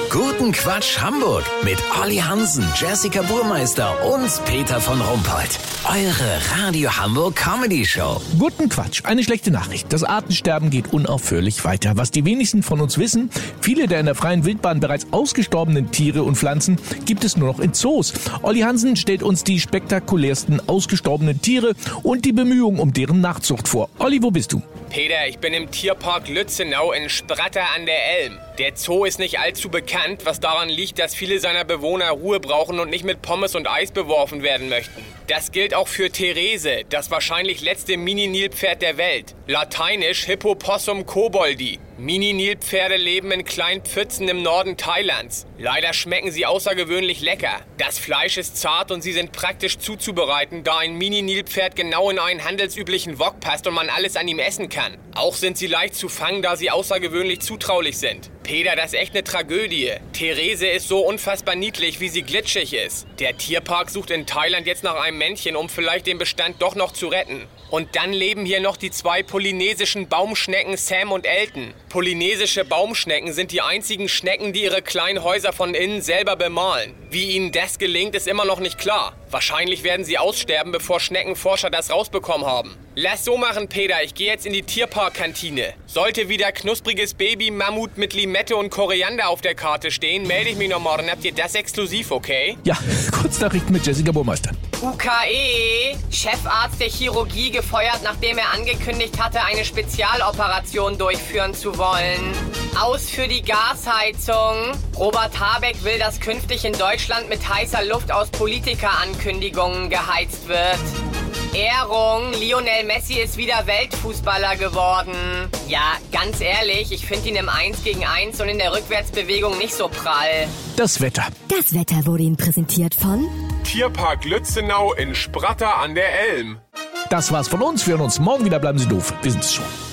Guten Quatsch Hamburg mit Olli Hansen, Jessica Burmeister und Peter von Rumpold. Eure Radio Hamburg Comedy Show. Guten Quatsch, eine schlechte Nachricht. Das Artensterben geht unaufhörlich weiter. Was die wenigsten von uns wissen, viele der in der freien Wildbahn bereits ausgestorbenen Tiere und Pflanzen gibt es nur noch in Zoos. Olli Hansen stellt uns die spektakulärsten ausgestorbenen Tiere und die Bemühungen um deren Nachzucht vor. Olli, wo bist du? Peter, ich bin im Tierpark Lützenau in Spratta an der Elm. Der Zoo ist nicht allzu bekannt, was daran liegt, dass viele seiner Bewohner Ruhe brauchen und nicht mit Pommes und Eis beworfen werden möchten. Das gilt auch für Therese, das wahrscheinlich letzte Mini-Nilpferd der Welt. Lateinisch Hippopossum koboldi. Mini-Nilpferde leben in kleinen Pfützen im Norden Thailands. Leider schmecken sie außergewöhnlich lecker. Das Fleisch ist zart und sie sind praktisch zuzubereiten, da ein Mini-Nilpferd genau in einen handelsüblichen Wok passt und man alles an ihm essen kann. Auch sind sie leicht zu fangen, da sie außergewöhnlich zutraulich sind. Peter, das ist echt eine Tragödie. Therese ist so unfassbar niedlich, wie sie glitschig ist. Der Tierpark sucht in Thailand jetzt nach einem Männchen, um vielleicht den Bestand doch noch zu retten. Und dann leben hier noch die zwei polynesischen Baumschnecken Sam und Elton. Polynesische Baumschnecken sind die einzigen Schnecken, die ihre kleinen Häuser von innen selber bemalen. Wie ihnen das gelingt, ist immer noch nicht klar. Wahrscheinlich werden sie aussterben, bevor Schneckenforscher das rausbekommen haben. Lass so machen, Peter. Ich gehe jetzt in die Tierparkkantine. Sollte wieder knuspriges Baby-Mammut mit Limette und Koriander auf der Karte stehen, melde ich mich noch morgen. Habt ihr das exklusiv, okay? Ja, Kurznachrichten mit Jessica Burmeister. UKE, Chefarzt der Chirurgie gefeuert, nachdem er angekündigt hatte, eine Spezialoperation durchführen zu wollen. Aus für die Gasheizung. Robert Habeck will, dass künftig in Deutschland mit heißer Luft aus Politikerankündigungen geheizt wird. Ehrung, Lionel Messi ist wieder Weltfußballer geworden. Ja, ganz ehrlich, ich finde ihn im 1 gegen 1 und in der Rückwärtsbewegung nicht so prall. Das Wetter. Das Wetter wurde Ihnen präsentiert von Tierpark Lützenau in Spratta an der Elm. Das war's von uns. Wir hören uns morgen wieder. Bleiben Sie doof. Wir sind's schon.